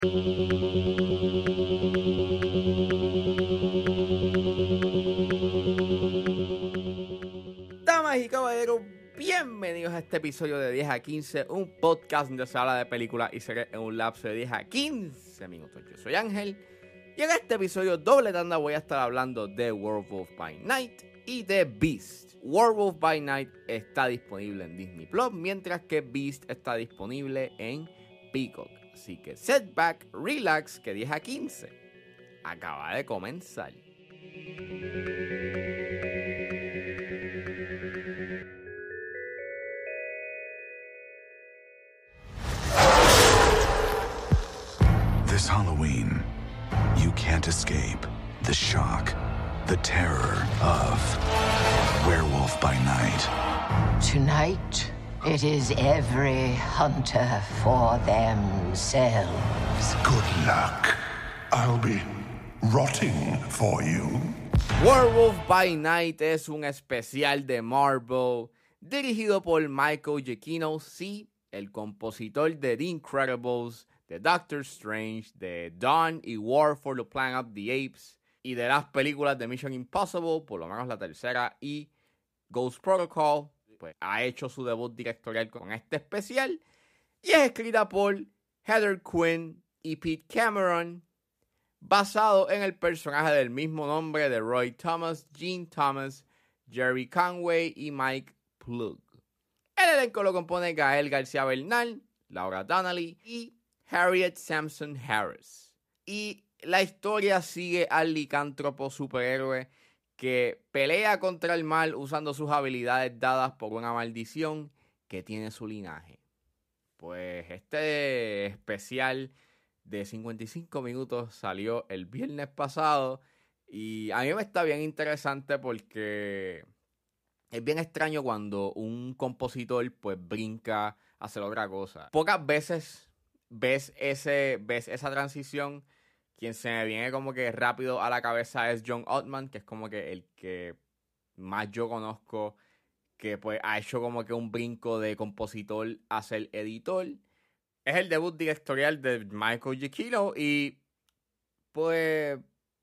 Damas y caballeros, bienvenidos a este episodio de 10 a 15, un podcast donde se habla de películas y series en un lapso de 10 a 15 minutos. Yo soy Ángel y en este episodio doble tanda voy a estar hablando de Werewolf by Night y de Beast. Werewolf by Night está disponible en Disney Plus, mientras que Beast está disponible en Peacock. Así que sit back, relax, que 10 a 15 acaba de comenzar. This Halloween, you can't escape the shock, the terror of Werewolf by Night. Tonight, it is every hunter for themselves. Good luck. I'll be rotting for you. Werewolf by Night es un especial de Marvel dirigido por Michael Giacchino, sí, el compositor de The Incredibles, de Doctor Strange, de Dawn y War for the Planet of the Apes y de las películas de Mission Impossible, por lo menos la tercera, y Ghost Protocol. Pues ha hecho su debut directorial con este especial y es escrita por Heather Quinn y Pete Cameron, basado en el personaje del mismo nombre de Roy Thomas, Gene Thomas, Jerry Conway y Mike Plug. El elenco lo compone Gael García Bernal, Laura Donnelly y Harriet Sampson Harris. Y la historia sigue al licántropo superhéroe que pelea contra el mal usando sus habilidades dadas por una maldición que tiene su linaje. Pues este especial de 55 minutos salió el viernes pasado y a mí me está bien interesante porque es bien extraño cuando un compositor pues brinca a hacer otra cosa. Pocas veces ves esa transición. Quien se me viene como que rápido a la cabeza es John Ottman, que es como que el que más yo conozco que pues ha hecho como que un brinco de compositor a ser editor. Es el debut directorial de Michael Giacchino y pues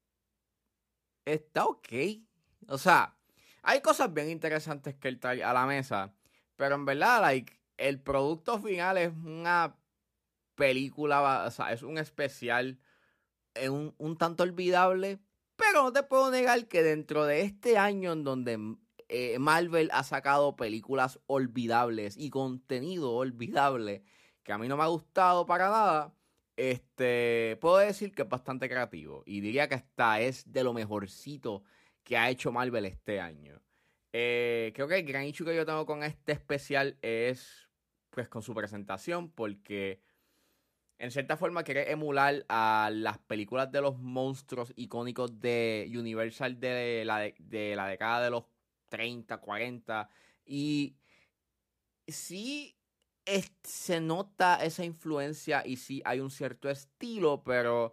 está ok. O sea, hay cosas bien interesantes que él trae a la mesa, pero en verdad, el producto final es una película, o sea, es un especial un tanto olvidable, pero no te puedo negar que dentro de este año en donde Marvel ha sacado películas olvidables y contenido olvidable que a mí no me ha gustado para nada, puedo decir que es bastante creativo y diría que hasta es de lo mejorcito que ha hecho Marvel este año. Creo que el gran issue que yo tengo con este especial es pues con su presentación, porque en cierta forma quiere emular a las películas de los monstruos icónicos de Universal de la década de los 30, 40. Y sí se nota esa influencia y sí hay un cierto estilo, pero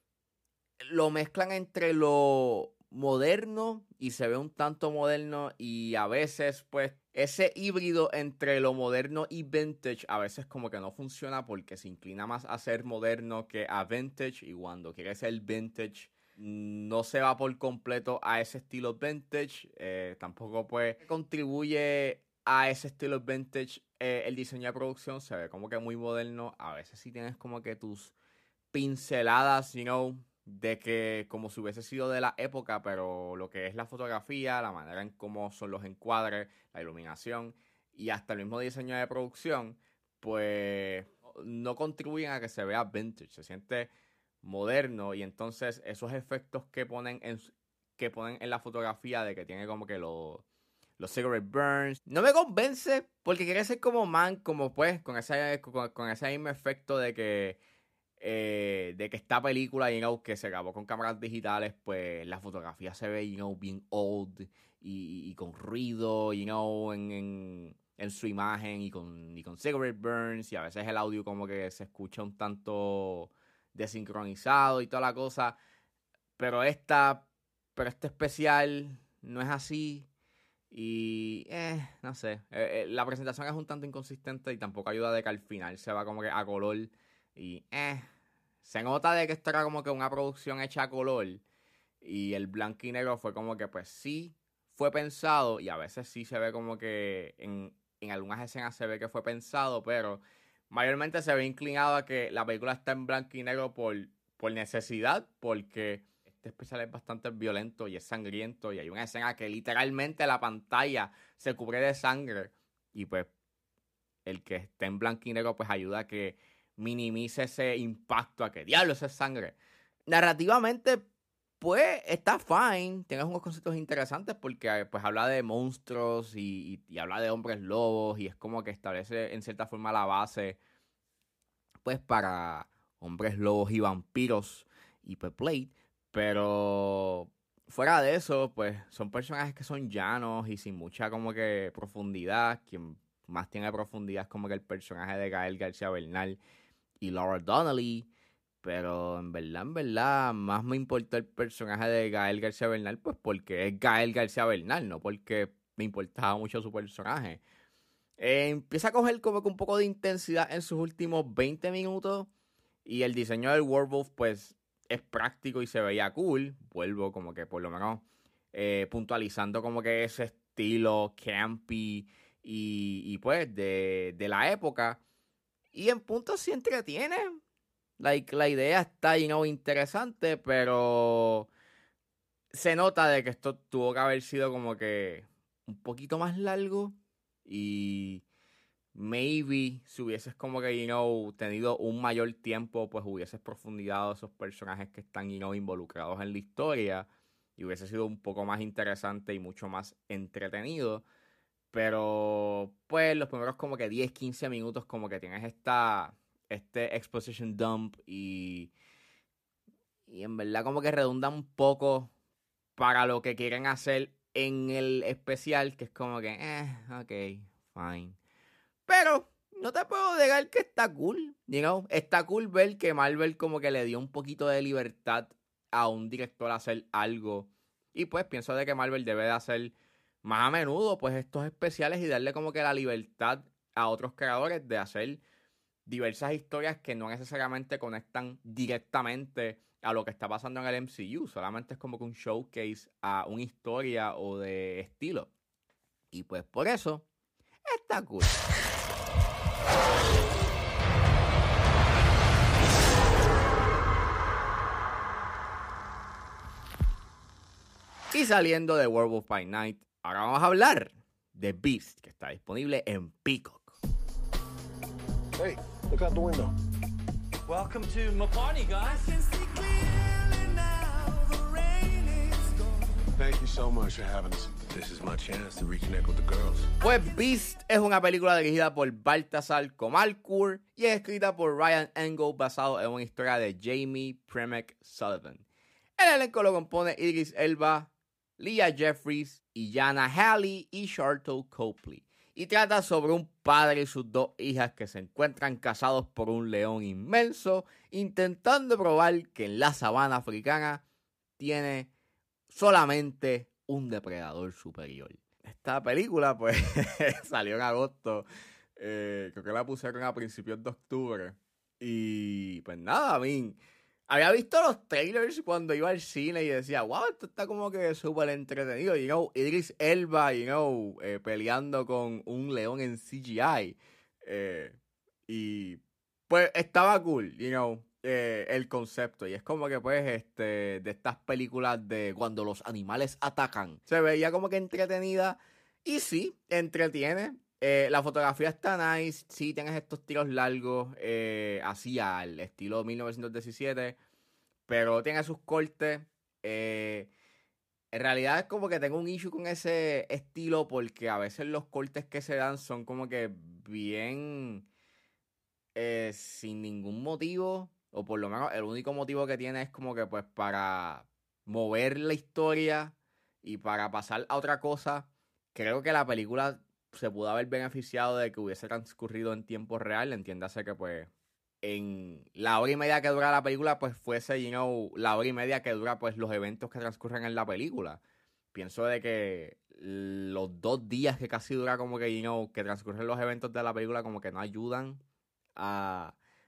lo mezclan entre lo moderno y se ve un tanto moderno y a veces pues ese híbrido entre lo moderno y vintage a veces como que no funciona porque se inclina más a ser moderno que a vintage y cuando quiere ser vintage no se va por completo a ese estilo vintage, tampoco pues contribuye a ese estilo vintage. El diseño de producción se ve como que muy moderno, a veces sí tienes como que tus pinceladas, de que como si hubiese sido de la época, pero lo que es la fotografía, la manera en cómo son los encuadres, la iluminación y hasta el mismo diseño de producción, pues no contribuyen a que se vea vintage, se siente moderno y entonces esos efectos que ponen en la fotografía de que tiene como que los cigarette burns, no me convence porque quiere ser como Mank, como pues con ese mismo efecto de que esta película, que se grabó con cámaras digitales, pues la fotografía se ve, bien old y con ruido, en su imagen y con cigarette burns y a veces el audio como que se escucha un tanto desincronizado y toda la cosa, pero este especial no es así. Y, no sé, la presentación es un tanto inconsistente y tampoco ayuda de que al final se va como que a color y, se nota de que esto era como que una producción hecha a color y el blanco y negro fue como que pues sí fue pensado y a veces sí se ve como que en algunas escenas se ve que fue pensado, pero mayormente se ve inclinado a que la película está en blanco y negro por necesidad, porque este especial es bastante violento y es sangriento y hay una escena que literalmente la pantalla se cubre de sangre y pues el que esté en blanco y negro pues ayuda a que minimice ese impacto, a que diablo, eso es sangre. Narrativamente pues está fine, tienes unos conceptos interesantes porque pues habla de monstruos y habla de hombres lobos y es como que establece en cierta forma la base pues para hombres lobos y vampiros y pues Blade, pero fuera de eso pues son personajes que son llanos y sin mucha como que profundidad. Quien más tiene profundidad es como que el personaje de Gael García Bernal y Laura Donnelly. Pero en verdad, más me importó el personaje de Gael García Bernal, pues porque es Gael García Bernal, no porque me importaba mucho su personaje. Empieza a coger como que un poco de intensidad en sus últimos 20 minutos y el diseño del Werewolf, pues, es práctico y se veía cool. Vuelvo como que por lo menos puntualizando como que ese estilo campy y pues de la época. Y en puntos sí entretiene. Like, la idea está, interesante, pero se nota de que esto tuvo que haber sido como que un poquito más largo y maybe si hubieses como que, tenido un mayor tiempo, pues hubieses profundizado esos personajes que están, involucrados en la historia y hubiese sido un poco más interesante y mucho más entretenido. Pero, pues, los primeros como que 10, 15 minutos como que tienes este exposition dump y en verdad como que redunda un poco para lo que quieren hacer en el especial, que es como que, ok, fine. Pero no te puedo negar que está cool, está cool ver que Marvel como que le dio un poquito de libertad a un director a hacer algo. Y pues pienso de que Marvel debe de hacer más a menudo pues estos especiales y darle como que la libertad a otros creadores de hacer diversas historias que no necesariamente conectan directamente a lo que está pasando en el MCU. Solamente es como que un showcase a una historia o de estilo. Y pues por eso está cool. Y saliendo de Werewolf by Night, ahora vamos a hablar de Beast, que está disponible en Peacock. Hey, look out the window. Welcome to my party, guys. Thank you so much for having us. This is my chance to reconnect with the girls. Pues Beast es una película dirigida por Baltasar Komalkur y es escrita por Ryan Engle basado en una historia de Jamie Premack Sullivan. El elenco lo compone Idris Elba, Leah Jeffries, Iyana Halley y Sharlto Copley. Y trata sobre un padre y sus dos hijas que se encuentran cazados por un león inmenso, intentando probar que en la sabana africana tiene solamente un depredador superior. Esta película, pues, salió en agosto. Creo que la pusieron a principios de octubre. Y, pues nada, había visto los trailers cuando iba al cine y decía, wow, esto está como que súper entretenido. Idris Elba, peleando con un león en CGI. Y pues estaba cool, el concepto. Y es como que pues de estas películas de cuando los animales atacan. Se veía como que entretenida. Y sí, entretiene. La fotografía está nice. Sí, tienes estos tiros largos. Así al estilo 1917. Pero tiene sus cortes. En realidad es como que tengo un issue con ese estilo. Porque a veces los cortes que se dan son como que bien sin ningún motivo. O por lo menos el único motivo que tiene es como que pues para mover la historia y para pasar a otra cosa. Creo que la película se pudo haber beneficiado de que hubiese transcurrido en tiempo real. Entiéndase que pues en la hora y media que dura la película pues fuese, la hora y media que dura pues los eventos que transcurren en la película. Pienso de que los 2 días que casi dura como que, que transcurren los eventos de la película como que no ayudan a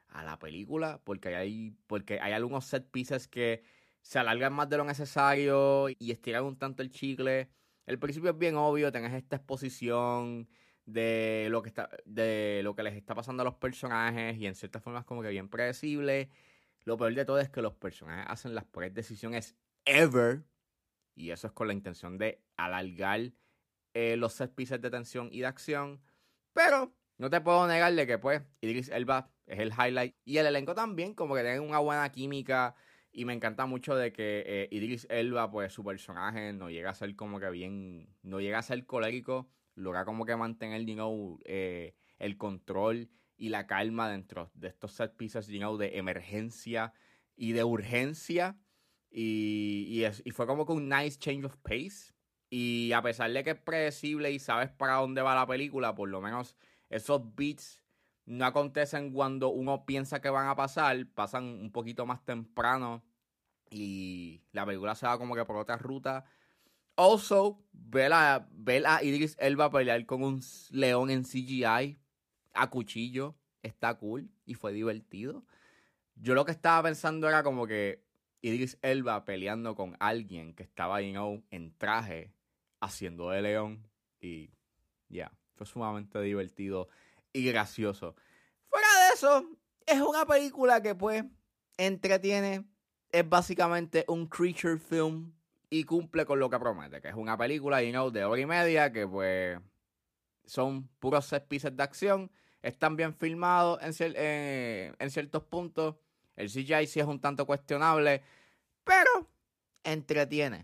a la película, porque hay algunos set pieces que se alargan más de lo necesario y estiran un tanto el chicle. El principio es bien obvio, tenés esta exposición de lo que les está pasando a los personajes y en ciertas formas como que bien predecible. Lo peor de todo es que los personajes hacen las peores decisiones ever, y eso es con la intención de alargar los set pieces de tensión y de acción. Pero no te puedo negar de que pues Idris Elba es el highlight y el elenco también, como que tienen una buena química. Y me encanta mucho de que Idris Elba, pues su personaje no llega a ser como que bien, no llega a ser colérico, logra como que mantener, el control y la calma dentro de estos set pieces, de emergencia y de urgencia. Y fue como que un nice change of pace. Y a pesar de que es predecible y sabes para dónde va la película, por lo menos esos beats no acontecen cuando uno piensa que van a pasar, pasan un poquito más temprano y la película se va como que por otra ruta. Also, ver a Idris Elba pelear con un león en CGI a cuchillo está cool y fue divertido. Yo lo que estaba pensando era como que Idris Elba peleando con alguien que estaba, en traje haciendo de león y fue sumamente divertido y gracioso. Fuera de eso, es una película que pues entretiene, es básicamente un creature film y cumple con lo que promete, que es una película, de hora y media, que pues son puros set pieces de acción, están bien filmados en ciertos puntos, el CGI sí es un tanto cuestionable, pero entretiene.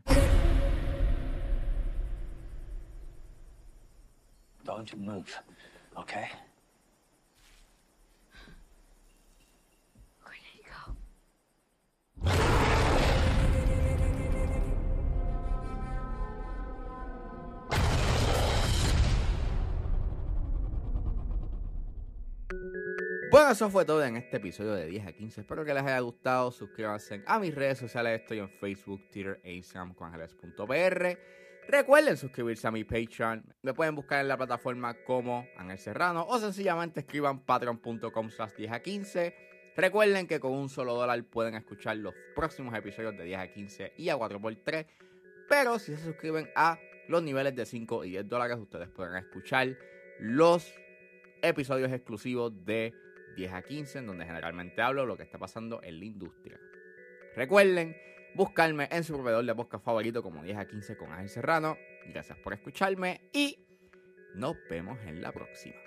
Don't you move, okay? Where did he go? Bueno, eso fue todo en este episodio de 10 a 15. Espero que les haya gustado. Suscríbanse a mis redes sociales. Estoy en Facebook, Twitter e Instagram con angeles.pr. Recuerden suscribirse a mi Patreon. Me pueden buscar en la plataforma como Ángel Serrano o sencillamente escriban patreon.com/10 a 15. Recuerden que con un solo $1 pueden escuchar los próximos episodios de 10 a 15 y a 4x3. Pero si se suscriben a los niveles de 5 y $10, ustedes pueden escuchar los episodios exclusivos de 10 a 15, en donde generalmente hablo de lo que está pasando en la industria. Recuerden buscarme en su proveedor de podcast favorito como 10 a 15 con Ángel Serrano. Gracias por escucharme y nos vemos en la próxima.